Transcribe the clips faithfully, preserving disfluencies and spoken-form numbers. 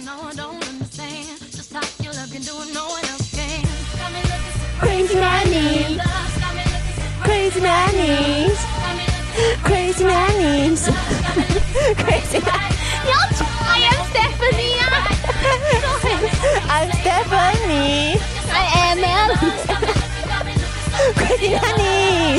Crazy nannies, crazy nannies, crazy nannies, crazy nannies. 你要出来呀 ，Stephanie 啊 ！I'm Stephanie. I am Melody. Crazy nannies.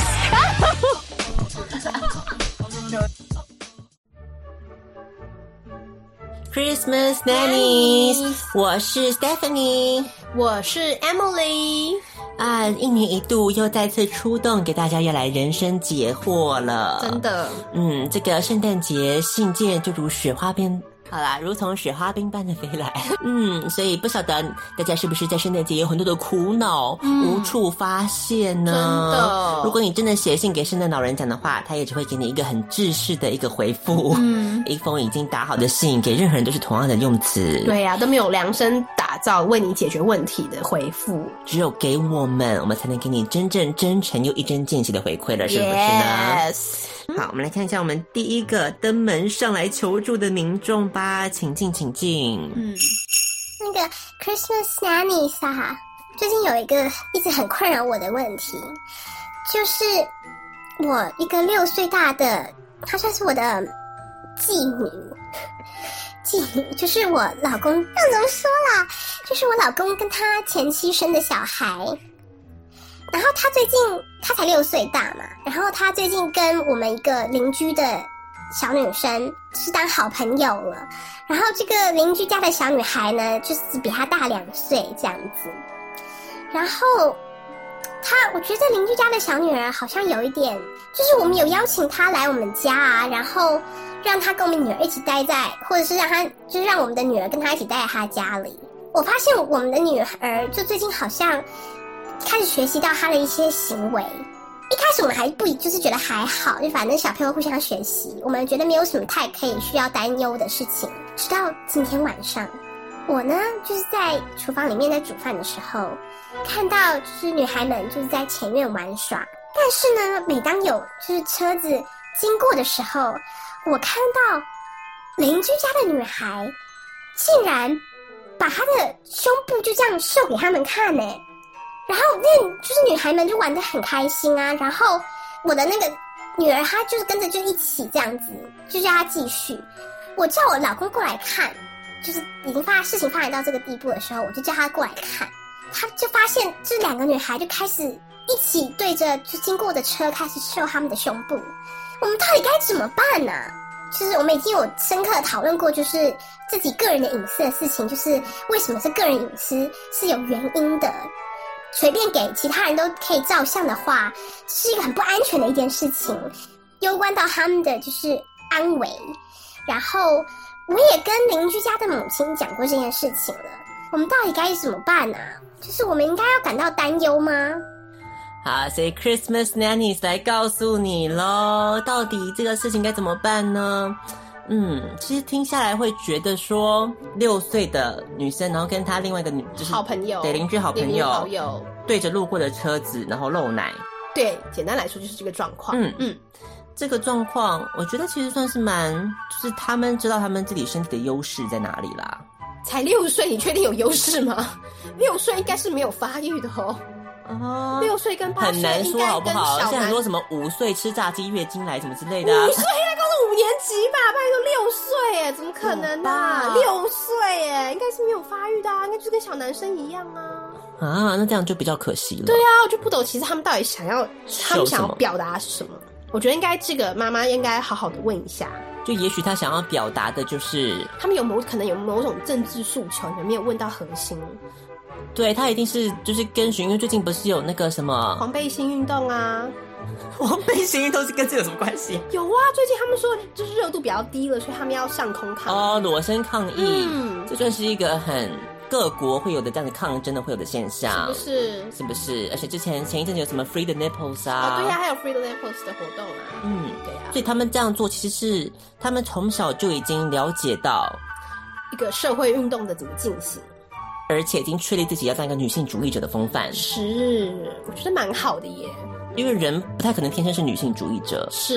Christmas nannies， 我是 Stephanie， 我是 Emily。 啊，一年一度又再次出动，给大家要来人生解惑了。 真的， 嗯，这个圣诞节信件就如雪花般。好啦，如同雪花冰般的飞来。嗯，所以不晓得大家是不是在圣诞节有很多的苦恼、嗯、无处发泄呢？ 真的， 如果你真的写信给圣诞老人讲的话，他也只会给你一个很制式的一个回复。嗯，一封已经打好的信，给任何人都是同样的用词。 对呀、啊，都没有量身打造为你解决问题的回复。 只有给我们，我们才能给你真正真诚又一针见血的回馈了，是不是呢？ Yes。 好，我们来看一下我们第一个登门上来求助的民众吧，请进，请进。 嗯，那个 Christmas nannies 啊，最近有一个一直很困扰我的问题，就是我一个六岁大的，她算是我的继女，继女就是我老公，要怎么说啦？就是我老公跟他前妻生的小孩。然后他最近他才六岁大嘛，然后他最近跟我们一个邻居的小女生是当好朋友了，然后这个邻居家的小女孩呢，就是比他大两岁这样子。然后他，我觉得邻居家的小女儿好像有一点，就是我们有邀请她来我们家啊，然后让她跟我们女儿一起待在，或者是让她就是让我们的女儿跟她一起待在她家里。我发现我们的女儿就最近好像开始学习到他的一些行为，一开始我们还不就是觉得还好，就反正小朋友互相学习，我们觉得没有什么太可以需要担忧的事情。直到今天晚上，我呢就是在厨房里面在煮饭的时候，看到就是女孩们就是在前院玩耍，但是呢，每当有就是车子经过的时候，我看到邻居家的女孩竟然把她的胸部就这样秀给他们看呢。然后那就是女孩们就玩得很开心啊，然后我的那个女儿她就是跟着就一起这样子，就叫她继续。我叫我老公过来看，就是已经发事情发展到这个地步的时候，我就叫他过来看，他就发现这两个女孩就开始一起对着就经过的车开始秀他们的胸部。我们到底该怎么办呢、啊？就是我们已经有深刻的讨论过，就是自己个人的隐私的事情，就是为什么是个人隐私是有原因的。随便给其他人都可以照相的话，是一个很不安全的一件事情，攸关到他们的就是安危。然后我也跟邻居家的母亲讲过这件事情了，我们到底该怎么办啊？就是我们应该要感到担忧吗？ 好，所以 Christmas nannies 来告诉你咯，到底这个事情该怎么办呢？嗯，其实听下来会觉得说，六岁的女生，然后跟她另外一个女就是好朋友， 对邻居好朋友， 好友对着路过的车子，然后露奶。 对，简单来说就是这个状况。 嗯嗯，这个状况，我觉得其实算是蛮，就是他们知道他们自己身体的优势在哪里啦。 才六岁，你确定有优势吗？六岁应该是没有发育的哦。哦，六岁跟八岁很难说好不好？像很多什么五岁吃炸鸡月经来什么之类的、啊。 五岁那刚是五年级吧？拜托六岁哎，怎么可能啊？六岁哎，应该是没有发育的啊，应该就是跟小男生一样啊。 啊，那这样就比较可惜了。 对啊，我就不懂，其实他们到底想要，他们想要表达是什么？我觉得应该这个妈妈应该好好的问一下。 就也许他想要表达的就是他们有某可能有某种政治诉求，有没有问到核心？ 对，他一定是就是跟循，因为最近不是有那个什么黄背心运动啊， 黄背心运动是跟这有什么关系？ 有啊，最近他们说就是热度比较低了，所以他们要上空抗议哦，裸身抗议， 嗯， 这算是一个很各国会有的这样的抗争的会有的现象， 是不是？ 是不是？而且之前前一阵子有什么 Free the Nipples 啊？ 哦，对呀、啊，还有 Free the Nipples 的活动啊， 嗯， 对呀、啊， 所以他们这样做其实是他们从小就已经了解到一个社会运动的怎么进行。 而且已经确立自己要当一个女性主义者的风范， 是，我觉得蛮好的耶。 因为人不太可能天生是女性主义者， 是， 所以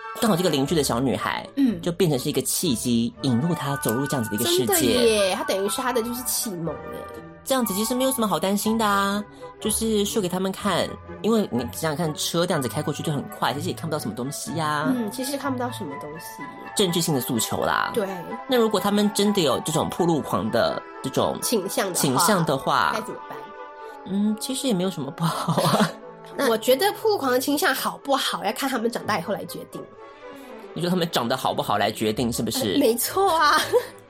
刚好这个邻居的小女孩， 嗯， 就变成是一个契机，引入她走入这样子的一个世界。 真的耶，她等于是她的就是启蒙耶。 这样子其实没有什么好担心的啊，就是秀给他们看，因为你想想看，车这样子开过去就很快，其实也看不到什么东西呀、啊。 嗯，其实看不到什么东西。 政治性的诉求啦。 对。 那如果他们真的有这种暴露狂的这种倾向的倾向的话， 该怎么办？ 嗯，其实也没有什么不好啊。 我觉得暴露狂的倾向好不好，要看他们长大以后来决定。 你说他们长得好不好来决定是不是？ 呃、没错啊。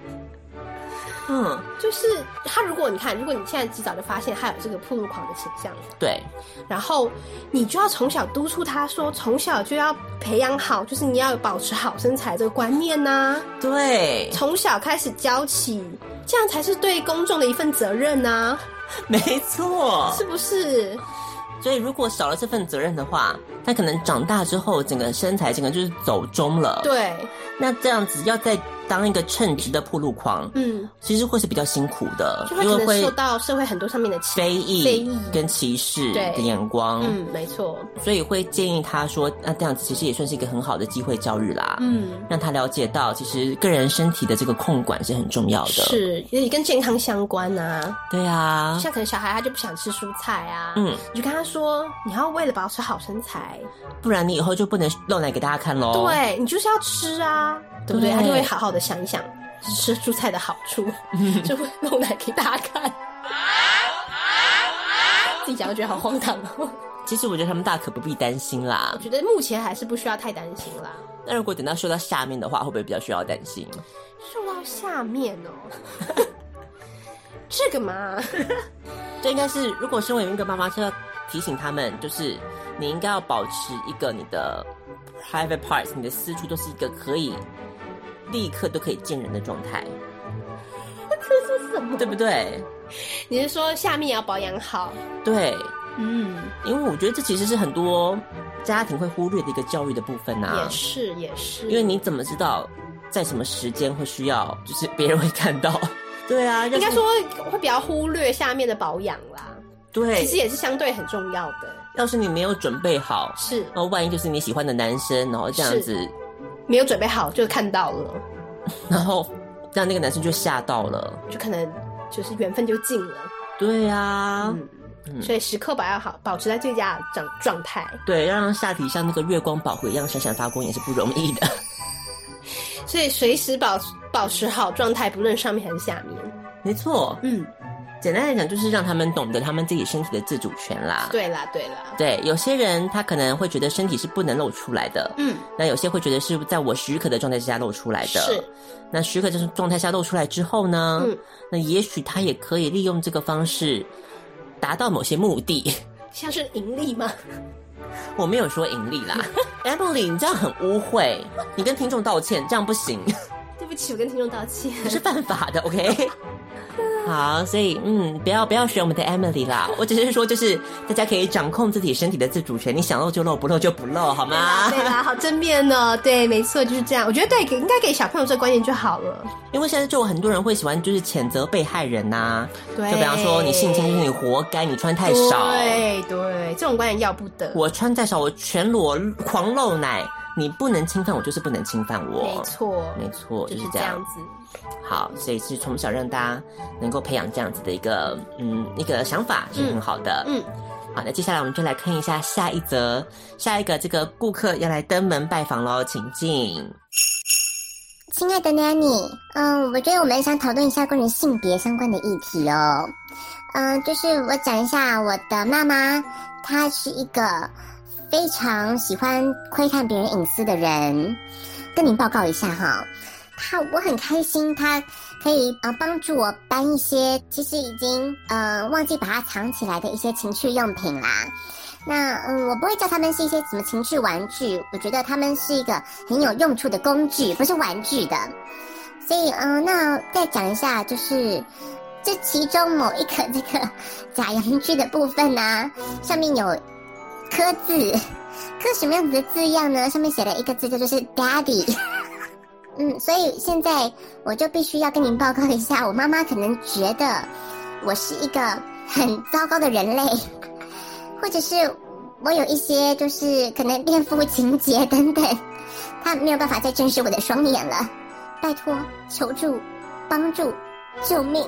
嗯， 就是他，如果你看，如果你现在及早就发现他有这个暴露狂的倾向， 对， 然后你就要从小督促他说，从小就要培养好，就是你要保持好身材这个观念呐、啊。 对， 从小开始教起，这样才是对公众的一份责任呐、啊。 没错， 是不是？ 所以如果少了这份责任的话，他可能长大之后整个身材整个就是走中了。 对， 那这样子要再当一个称职的暴露狂，嗯，其实会是比较辛苦的， 就会可能受到社会很多上面的非议、非议跟歧视的眼光。 嗯，没错。所以会建议他说，那这样子其实也算是一个很好的机会教育啦。嗯，让他了解到，其实个人身体的这个控管是很重要的， 是也跟健康相关啊。 对啊， 像可能小孩他就不想吃蔬菜啊，嗯，你就跟他说，你要为了保持好身材， 不然你以后就不能露奶给大家看咯。 对，你就是要吃啊，对不对？他就会好好的想一想吃蔬菜的好处，就会露奶给大家看。自己讲就觉得好荒唐哦。 其实我觉得他们大可不必担心啦。 我觉得目前还是不需要太担心啦。 那如果等到瘦到下面的话，会不会比较需要担心？ 瘦到下面哦，这个嘛， 这应该是如果身为一个妈妈，是要提醒他们，就是你应该要保持一个你的 private parts， 你的私处都是一个可以立刻都可以见人的状态。 这是什么？ 对不对？ 你是说下面也要保养好？ 对， 嗯， 因为我觉得这其实是很多家庭会忽略的一个教育的部分啊。 也是，也是。 因为你怎么知道在什么时间会需要，就是别人会看到？对啊， 应该说会比较忽略下面的保养啦。 对， 其实也是相对很重要的。 要是你没有准备好， 是， 然后万一就是你喜欢的男生，然后这样子没有准备好就看到了， 然后让那个男生就吓到了， 就可能就是缘分就尽了。 对啊， 嗯嗯、所以时刻保要好，保持在最佳状状态。 对，要让下体像那个月光宝盒一样闪闪发光也是不容易的。 所以随时保保持好状态，不论上面还是下面。 没错， 嗯。 简单来讲，就是让他们懂得他们自己身体的自主权啦。 对啦，对啦。 对，有些人他可能会觉得身体是不能露出来的，嗯，那有些会觉得是在我许可的状态下露出来的。 是。 那许可这种状态下露出来之后呢，嗯，那也许他也可以利用这个方式达到某些目的。 像是盈利吗？ 我没有说盈利啦。Emily， 你这样很污秽，你跟听众道歉，这样不行。 对不起，我跟听众道歉。 这是犯法的 ，OK？好，所以嗯，不要不要学我们的 Emily 啦。我只是说，就是大家可以掌控自己身体的自主权，你想露就露，不露就不露，好吗？ 对啦，对啦，好正面哦。对，没错，就是这样。我觉得对，应该给小朋友这个观念就好了。 因为现在就有很多人会喜欢就是谴责被害人呐、啊， 对， 就比方说你性侵就是你活该，你穿太少， 对对，这种观念要不得。 我穿太少，我全裸狂露奶。你不能侵犯我，就是不能侵犯我。 没错， 没错， 就是这样子。 好，所以是从小让大家能够培养这样子的一个嗯一个想法是很好的。嗯，嗯好，那接下来我们就来看一下下一则，下一个这个顾客要来登门拜访咯，请进。 亲爱的 Nanny， 嗯，我觉得我们想讨论一下关于性别相关的议题哦。嗯，就是我讲一下我的妈妈，她是一个非常喜欢窥看别人隐私的人，跟您报告一下哈。他我很开心，他可以呃帮助我搬一些其实已经呃忘记把它藏起来的一些情趣用品啦。那嗯，我不会叫他们是一些什么情趣玩具，我觉得他们是一个很有用处的工具，不是玩具的。所以嗯、呃，那再讲一下，就是这其中某一个这个假阳具的部分呢、啊，上面有刻字，刻什么样子的字样呢？上面写了一个字，就是 Daddy。嗯，所以现在我就必须要跟您报告一下，我妈妈可能觉得我是一个很糟糕的人类，或者是我有一些就是可能恋父情节等等， 他没有办法再正视我的双眼了。拜托，求助，帮助，救命！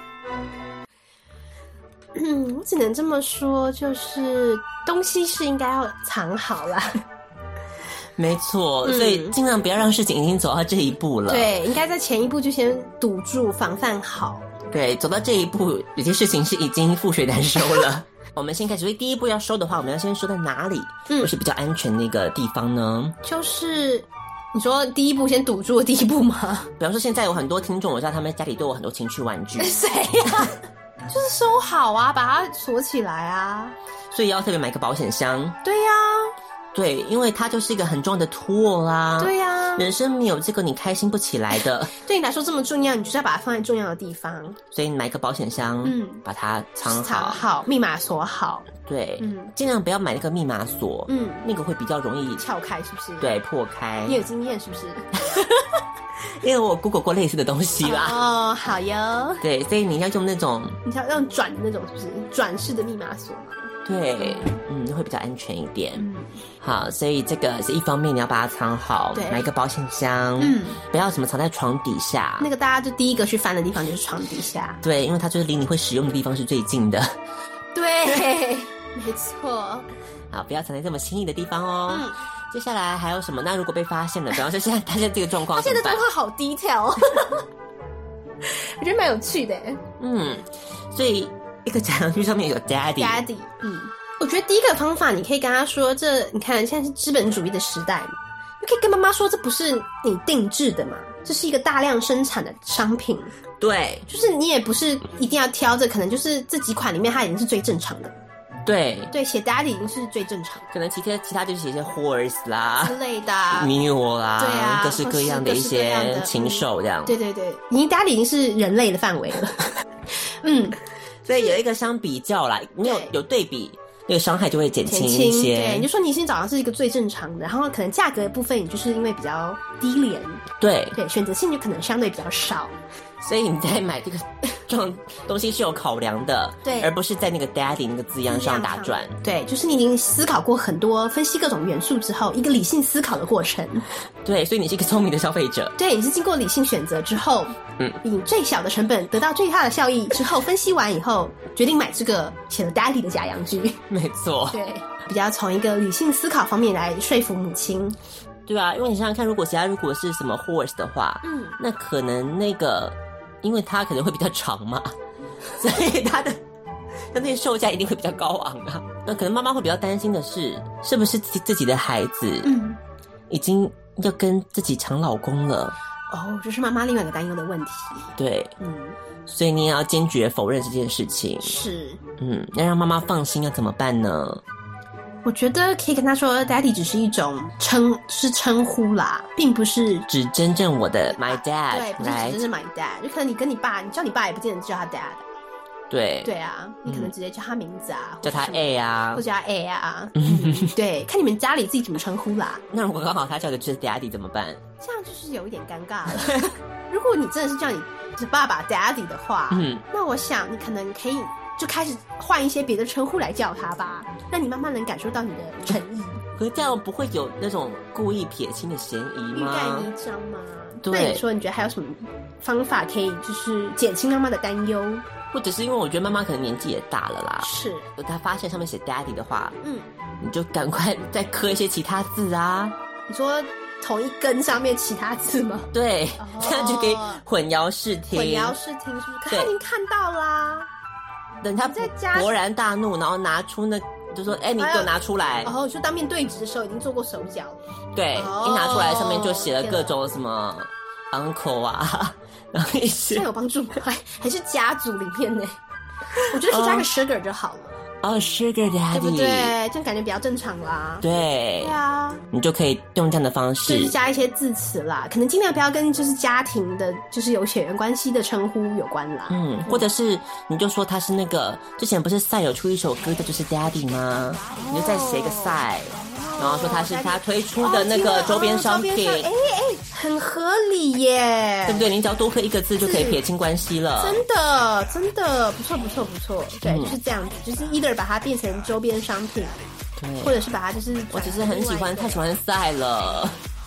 嗯，我只能这么说，就是东西是应该要藏好啦。 没错，所以尽量不要让事情已经走到这一步了。 对，应该在前一步就先堵住，防范好。 对，走到这一步，有些事情是已经覆水难收了。我们先开始，所以第一步要收的话，我们要先收在哪里？嗯，就是比较安全的一个地方呢？ 就是你说第一步先堵住的第一步吗？ 比方说，现在有很多听众，我知道他们家里都有很多情趣玩具。 谁呀、啊？就是收好啊，把它锁起来啊。 所以要特别买个保险箱。 对呀、啊。 对，因为它就是一个很重要的 tool 啦。 对呀、啊， 人生没有这个你开心不起来的。 对你来说这么重要，你就是要把它放在重要的地方。 所以你买个保险箱，嗯，把它藏好， 藏好，密码锁好。 对，嗯，尽量不要买那个密码锁，嗯，那个会比较容易撬开，是不是？ 对，破开。 你有经验是不是？ 因为我 Google 过类似的东西啦。 哦，好哟。 对，所以你要用那种， 你要用转的那种，是不是？转式的密码锁嘛。 对，嗯，会比较安全一点。嗯，好，所以这个是一方面，你要把它藏好，对，买一个保险箱，嗯，不要什么藏在床底下。 那个大家就第一个去翻的地方就是床底下。 对，因为它就是离你会使用的地方是最近的。 对，没错。 好，不要藏在这么轻易的地方哦。嗯，接下来还有什么？那如果被发现了，比方说现在他现在这个状况， 他现在状况好低调，我觉得蛮有趣的。嗯， 所以。一个假洋具上面有 daddy，daddy， 嗯，我觉得第一个方法，你可以跟他说，这你看现在是资本主义的时代嘛，你可以跟妈妈说，这不是你定制的嘛，这是一个大量生产的商品， 对， 就是你也不是一定要挑这，可能就是这几款里面它已经是最正常的， 对对，写 daddy 已经是最正常的， 可能其他其他就写一些 horse 啦之类的 mule 啦， 对啊， 各式各样的一些禽兽这样， 对对对，已经 daddy 已经是人类的范围了，嗯。 所以有一个相比较啦，你有有对比，那个伤害就会减轻一些。 对，你就说你先找到是一个最正常的，然后可能价格的部分，你就是因为比较低廉， 对对，选择性就可能相对比较少。 所以你在买这个这种东西是有考量的， 对， 而不是在那个 daddy 那个字样上打转。 对，就是你已经思考过很多，分析各种元素之后，一个理性思考的过程。 对，所以你是一个聪明的消费者。 对，你是经过理性选择之后，嗯，以最小的成本得到最大的效益之后，分析完以后，决定买这个写了 daddy 的假洋具。 没错， 对，比较从一个理性思考方面来说服母亲。 对啊，因为你想想看，如果其他如果是什么 horse 的话，嗯，那可能那个。因为它可能会比较长嘛，所以它的它那售价一定会比较高昂啊。那可能妈妈会比较担心的是，是不是自己的孩子，嗯，已经要跟自己抢老公了？ 哦，这是妈妈另外一个担忧的问题。 对，嗯，所以你也要坚决否认这件事情。 是， 嗯，要让妈妈放心，要怎么办呢？ 我觉得可以跟他说 daddy 只是一种称是称呼啦，并不是指真正我的 my dad， 对，不是指真正 my dad， 就可能你跟你爸，你叫你爸也不见得叫他 dad， 对对啊，你可能直接叫他名字啊， 嗯、叫他 A 啊， 或者叫他 A 啊，嗯、对，看你们家里自己怎么称呼啦。 那如果刚好他叫的就是 daddy 怎么办？ 这样就是有一点尴尬了。如果你真的是叫你爸爸 daddy 的话，嗯，那我想你可能可以就开始换一些别的称呼来叫他吧，让你慢慢能感受到你的诚意。 可是这样不会有那种故意撇清的嫌疑吗？ 欲盖弥彰吗？ 对。 那你说你觉得还有什么方法可以就是减轻妈妈的担忧？ 或者是因为我觉得妈妈可能年纪也大了啦， 是， 她发现上面写 daddy 的话，嗯，你就赶快再刻一些其他字啊。 你说同一根上面其他字吗？ 对，哦、这样就可以混淆视听。 混淆视听是不是？可他已经看到啦。 等他勃然大怒，然后拿出那就说：“哎、欸，你给我拿出来！” 然后就当面对质的时候，已经做过手脚了。 对，哦、一拿出来，上面就写了各种什么 uncle 啊，然后一些。 这样有帮助吗？还还是家族里面呢？我觉得可以加个 sugar 就好了。 哦、oh, ，sugar daddy， 对不对？这样感觉比较正常啦。 对， 对啊， 你就可以用这样的方式， 就是加一些字词啦，可能尽量不要跟就是家庭的，就是有血缘关系的称呼有关啦。 嗯，或者是你就说他是那个之前不是赛有出一首歌的就是 daddy 吗？哦、你就再写一个赛。然后说他是他推出的那个周边商品，哎哎、哦，很合理耶， 对不对？你只要多刻一个字就可以撇清关系了， 真的真的不错不错不错，对，嗯、就是这样子，就是 either 把它变成周边商品，对，或者是把它就是， 我只是很喜欢，太喜欢赛了。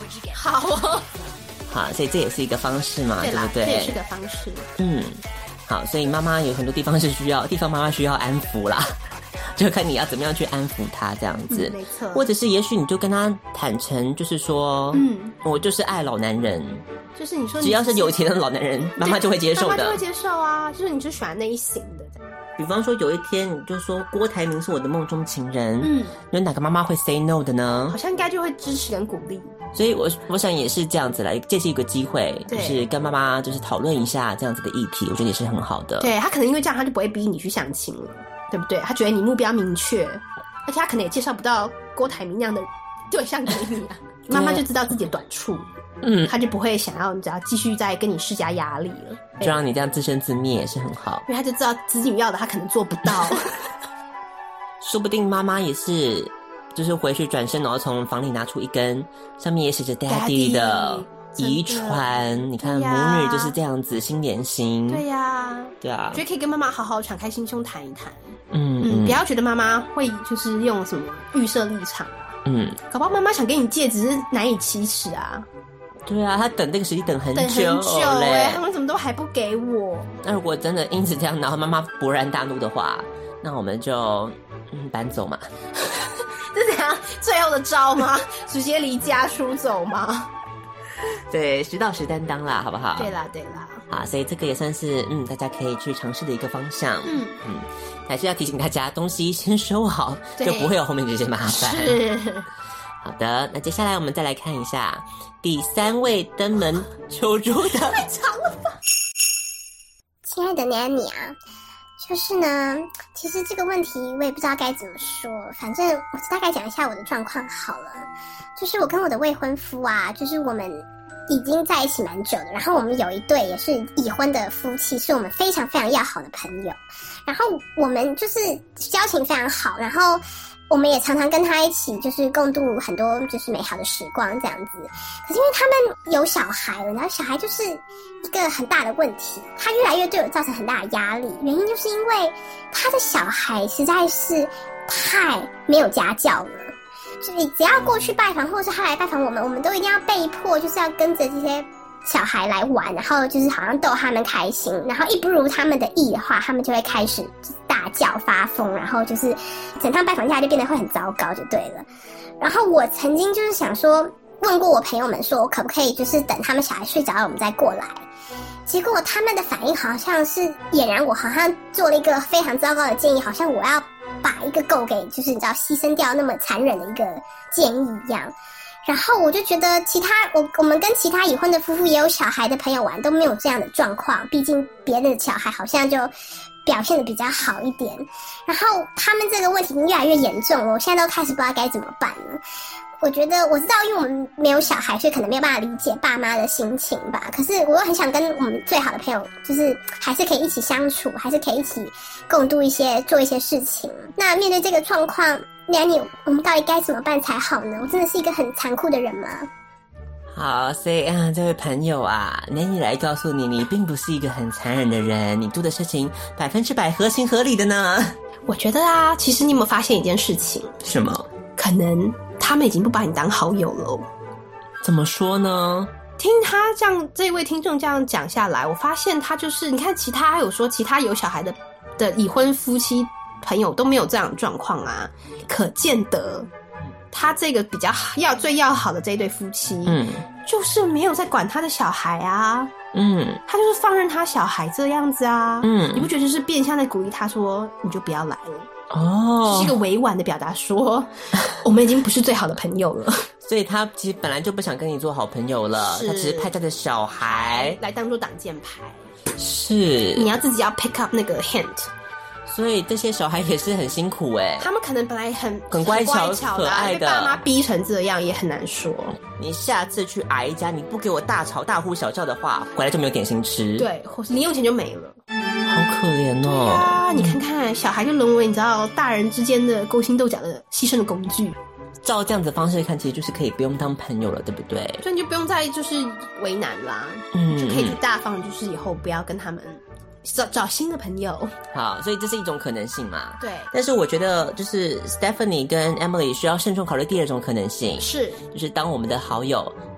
好哦。 好，所以这也是一个方式嘛， 对, 对不对？ 这也是个方式。 嗯，好，所以妈妈有很多地方是需要，地方妈妈需要安抚啦，就看你要怎么样去安抚她这样子。 嗯，没错。 或者是也许你就跟她坦诚，就是说，嗯，我就是爱老男人。 就是你说你只要是有钱的老男人，妈妈就会接受的。 妈妈就会接受啊，就是你就喜欢那一型的。 比方说有一天你就说郭台铭是我的梦中情人，嗯，有哪个妈妈会 say no 的呢？ 好像应该就会支持跟鼓励。 所以我我想也是这样子来借这一个机会，就是跟妈妈就是讨论一下这样子的议题，我觉得也是很好的。 对，他可能因为这样他就不会逼你去相亲了，对不对？他觉得你目标明确，而且他可能也介绍不到郭台铭那样的对象给你啊。妈妈就知道自己的短处，嗯，他就不会想要你只要继续再跟你施加压力了， 就让你这样自生自灭也是很好， 因为他就知道子女要的他可能做不到。 说不定妈妈也是就是回去转身然后从房里拿出一根上面也写着 daddy 的遗传，你看母女就是这样子心连心。 对呀、啊、 对啊， 我觉得可以跟妈妈好好敞开心胸谈一谈。嗯嗯，不要觉得妈妈会就是用什么预设立场，嗯，搞不好妈妈想给你戒只是难以启齿啊。 对啊，他等这个时机等很久， 等很久嘞、欸，他们怎么都还不给我？ 那如果真的因此这样，然后妈妈勃然大怒的话，那我们就嗯搬走嘛。 是怎样最后的招吗？直接离家出走吗？ 对，实打实担当啦，好不好？ 对啦，对啦。 好，所以这个也算是嗯大家可以去尝试的一个方向。嗯嗯，还是要提醒大家，东西先收好，就不会有后面这些麻烦。 是。 好的，那接下来我们再来看一下第三位登门求助的。 太长了吧？ 亲爱的 Nanny 啊，就是呢，其实这个问题我也不知道该怎么说，反正我大概讲一下我的状况好了。就是我跟我的未婚夫啊，就是我们已经在一起蛮久的，然后我们有一对也是已婚的夫妻，是我们非常非常要好的朋友，然后我们就是交情非常好，然后我们也常常跟他一起就是共度很多就是美好的时光这样子。可是因为他们有小孩了，然后小孩就是一个很大的问题，他越来越对我造成很大的压力，原因就是因为他的小孩实在是太没有家教了，所以只要过去拜访或者是他来拜访我们，我们都一定要被迫就是要跟着这些小孩来玩，然后就是好像逗他们开心，然后一不如他们的意的话，他们就会开始大叫发疯，然后就是整趟拜访下来就变得会很糟糕就对了。然后我曾经就是想说问过我朋友们说我可不可以就是等他们小孩睡着了我们再过来，结果他们的反应好像是俨然我好像做了一个非常糟糕的建议，好像我要把一个狗给就是你知道牺牲掉那么残忍的一个建议一样。然后我就觉得其他我我们跟其他已婚的夫妇也有小孩的朋友玩都没有这样的状况，毕竟别的小孩好像就表现得比较好一点，然后他们这个问题越来越严重了，我现在都开始不知道该怎么办了。我觉得我知道因为我们没有小孩，所以可能没有办法理解爸妈的心情吧，可是我又很想跟我们最好的朋友就是还是可以一起相处，还是可以一起共度一些做一些事情。那面对这个状况Nanny，我们到底该怎么办才好呢？我真的是一个很残酷的人吗？ 好，所以啊，这位朋友啊 ，Nanny 来告诉你，你并不是一个很残忍的人，你做的事情百分之百合情合理的呢。 我觉得啊，其实你有没有发现一件事情？ 什么？ 可能他们已经不把你当好友了。 怎么说呢？ 听他这样，这位听众这样讲下来，我发现他就是你看，其他还有说其他有小孩的的已婚夫妻朋友都没有这样的状况啊，可见得他这个比较要最要好的这一对夫妻，嗯，就是没有在管他的小孩啊，嗯，他就是放任他小孩这样子啊，嗯，你不觉得就是变相的鼓励他说你就不要来了？哦，就是一个委婉的表达说我们已经不是最好的朋友了。 所以他其实本来就不想跟你做好朋友了，他只是派他的小孩来当做挡箭牌。 是， 你要自己要 pick up 那个 hint。 所以这些小孩也是很辛苦哎、欸， 他们可能本来很很乖巧可爱的， 被爸妈逼成这样也很难说。 你下次去阿姨家，你不给我大吵大呼小叫的话，回来就没有点心吃。 对，或是零用钱就没了。 好可怜哦！ 对啊，你看看小孩就沦为你知道大人之间的勾心斗角的牺牲的工具。 照这样子的方式看，其实就是可以不用当朋友了，对不对？ 所以你就不用再就是为难啦，嗯，就可以大方，就是以后不要跟他们找找新的朋友。 好，所以这是一种可能性嘛。 对。 但是我觉得就是 Stephanie 跟 Emily 需要慎重考虑第二种可能性， 是， 就是当我们的好友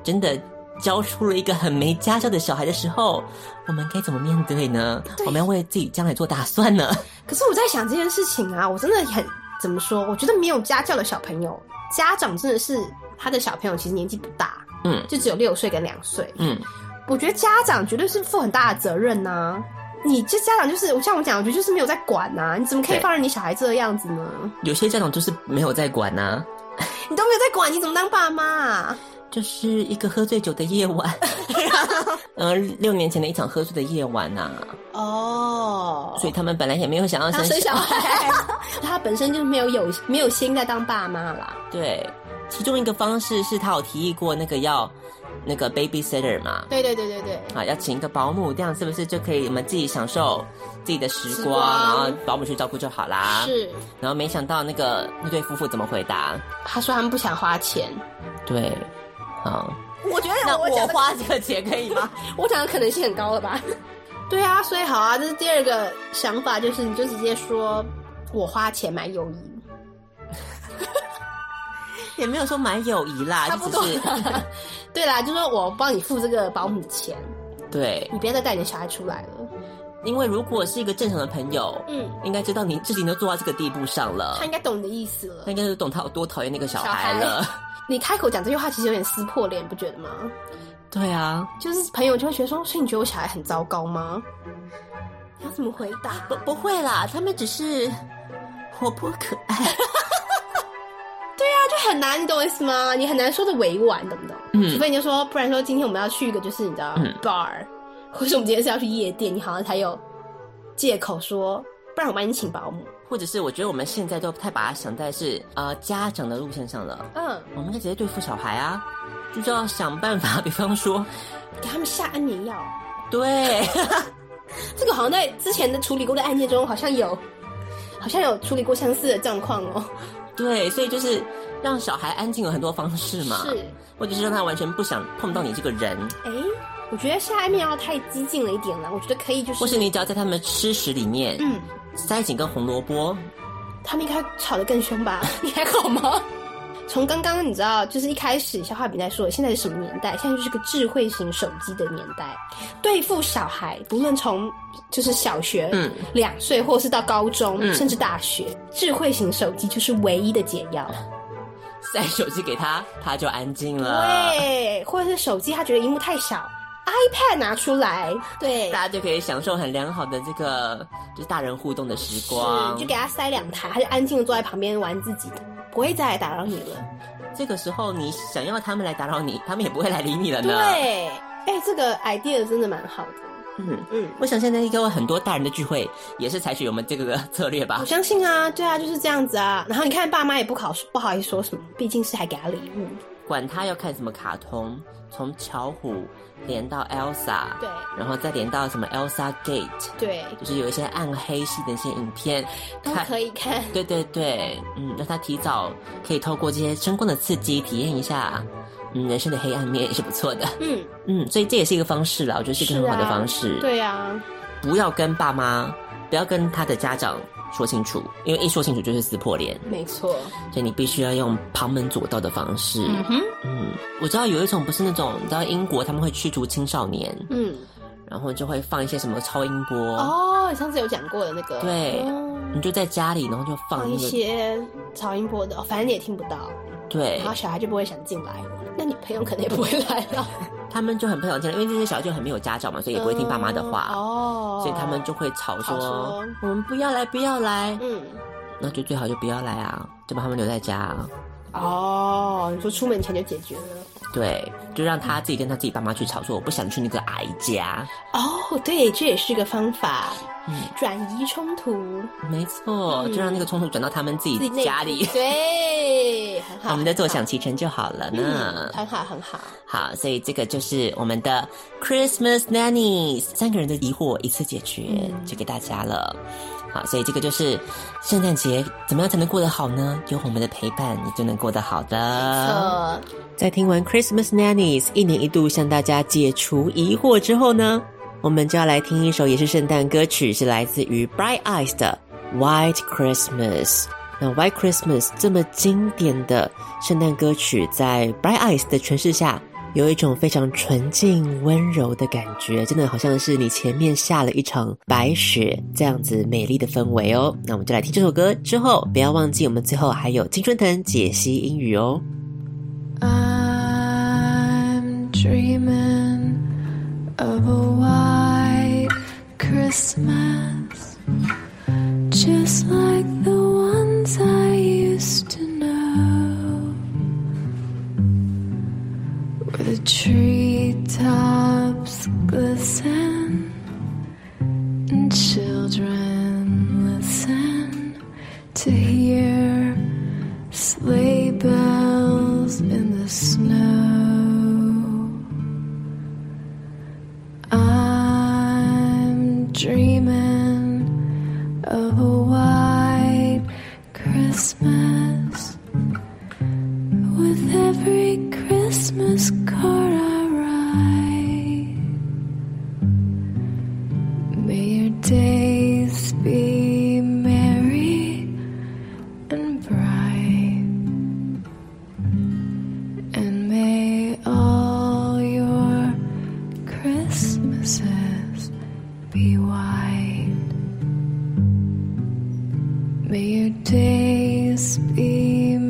真的教出了一个很没家教的小孩的时候，我们该怎么面对呢？我们要为自己将来做打算呢。 可是我在想这件事情啊，我真的很怎么说？我觉得没有家教的小朋友，家长真的是他的小朋友其实年纪不大，嗯，就只有六岁跟两岁，嗯，我觉得家长绝对是负很大的责任呐、啊。你这家长就是像我讲，我觉得就是没有在管呐、啊，你怎么可以放任你小孩这个样子呢？ 有些家长就是没有在管呐、啊， 你都没有在管，你怎么当爸妈啊？ 就是一个喝醉酒的夜晚，呃，六年前的一场喝醉的夜晚呐、啊。哦，所以他们本来也没有想要生小孩，他本身就没有有没有心在当爸妈啦。 对，其中一个方式是他有提议过那个要那个 babysitter 嘛。 对对对对对。 啊，要请一个保姆，这样是不是就可以我们自己享受自己的时光，时光然后保姆去照顾就好啦？ 是。 然后没想到那个那对夫妇怎么回答？ 他说他们不想花钱。 对。好， 我觉得那我花这个钱可以吗？ 我讲的可能性很高了吧？对啊，所以好啊，这是第二个想法，就是你就直接说我花钱买友谊， 也没有说买友谊啦， 差不多就是对啦，就说我帮你付这个保姆的钱， 对， 你别再带你的小孩出来了。 因为如果是一个正常的朋友，嗯，应该知道你事情都做到这个地步上了， 他应该懂你的意思了， 他应该是懂他有多讨厌那个小孩了。 小孩你开口讲这句话，其实有点撕破脸，不觉得吗？ 对啊， 就是朋友就会觉得说，所以你觉得我小孩很糟糕吗？你要怎么回答？ 不，不会啦，他们只是活泼可爱。 对啊，就很难，你懂我意思吗？你很难说的委婉，懂不懂？嗯，除非你就说，不然说今天我们要去一个就是你知道、嗯、bar， 或者我们今天是要去夜店，你好像才有借口说，不然我帮你请保姆。 或者是我觉得我们现在都太把它想在是呃家长的路线上了，嗯，我们应该直接对付小孩啊，就是要想办法，比方说给他们下安眠药。 对， 这个好像在之前的处理过的案件中，好像有，好像有处理过相似的状况哦。 对，所以就是让小孩安静有很多方式嘛， 是， 或者是让他完全不想碰到你这个人。 哎，我觉得下安眠药太激进了一点了，我觉得可以就是， 或是你只要在他们吃食里面，嗯。塞几根红萝卜， 他们应该吵得更凶吧？你还好吗？从刚刚你知道，就是一开始消化饼在说，现在是什么年代？现在就是个智慧型手机的年代，对付小孩，不论从就是小学嗯两岁，或是到高中、嗯，甚至大学，智慧型手机就是唯一的解药。 塞手机给他，他就安静了。 对，或者是手机他觉得萤幕太小。iPad 拿出来，对， 大家就可以享受很良好的这个就是大人互动的时光。 是，就给他塞两台，他就安静的坐在旁边玩自己的，不会再来打扰你了。 这个时候你想要他们来打扰你，他们也不会来理你了呢。 对，哎，这个 idea 真的蛮好的。 嗯嗯，我想现在应该有很多大人的聚会也是采取我们这个策略吧。 我相信啊，对啊，就是这样子啊。然后你看爸妈也不好不好意思说什么，毕竟是还给他礼物。 管他要看什么卡通，从巧虎连到 Elsa， 对， 然后再连到什么 Elsa Gate， 对， 就是有一些暗黑系的一些影片都可以看。 对对对，嗯，让他提早可以透过这些声光的刺激体验一下，嗯，人生的黑暗面也是不错的。嗯嗯，所以这也是一个方式啦，我觉得是一个很好的方式。 啊对啊， 不要跟爸妈，不要跟他的家长说清楚，因为一说清楚就是撕破脸。 没错， 所以你必须要用旁门左道的方式。嗯哼，嗯，我知道有一种不是那种，你知道英国他们会驱逐青少年，嗯，然后就会放一些什么超音波。 哦，你上次有讲过的那个。 对，哦、你就在家里，然后就放、那個、 一些超音波的，反正你也听不到。 对， 然后小孩就不会想进来，那你朋友可能也不会来了。 他们就很不想进来，因为这些小孩就很没有家长嘛，所以也不会听爸妈的话。嗯、哦，所以他们就会吵说：“说我们不要来，不要来。”嗯，那就最好就不要来啊，就把他们留在家、啊。 哦，你说出门前就解决了？ 对，就让他自己跟他自己爸妈去吵，说我不想去那个矮家。 哦，对，这也是个方法。嗯，转移冲突， 没错、嗯，就让那个冲突转到他们自己家里。 对，很好， 我们的坐享其成就好了呢。 嗯、很好，很好。 好，所以这个就是我们的 Christmas Nannies 三个人的疑惑一次解决，嗯、就给大家了。好，所以这个就是圣诞节怎么样才能过得好呢？有我们的陪伴，你就能过得好的。没错。在听完 Christmas Nannies 一年一度向大家解除疑惑之后呢，我们就要来听一首也是圣诞歌曲，是来自于 Bright Eyes 的 White Christmas。那 White Christmas 这么经典的圣诞歌曲，在 Bright Eyes 的诠释下， 有一种非常纯净温柔的感觉，真的好像是你前面下了一场白雪这样子美丽的氛围哦。那我们就来听这首歌，之后不要忘记我们最后还有青春藤解析英语哦。 I'm dreaming of a white Christmas, just like the ones I used to know, where the treetops glisten and children listen to hear sleigh bells in the snow. I'm dreaming of a white Christmas, with every Christmas card I write. May your days be merry and bright, and may all your Christmases be white. May your days be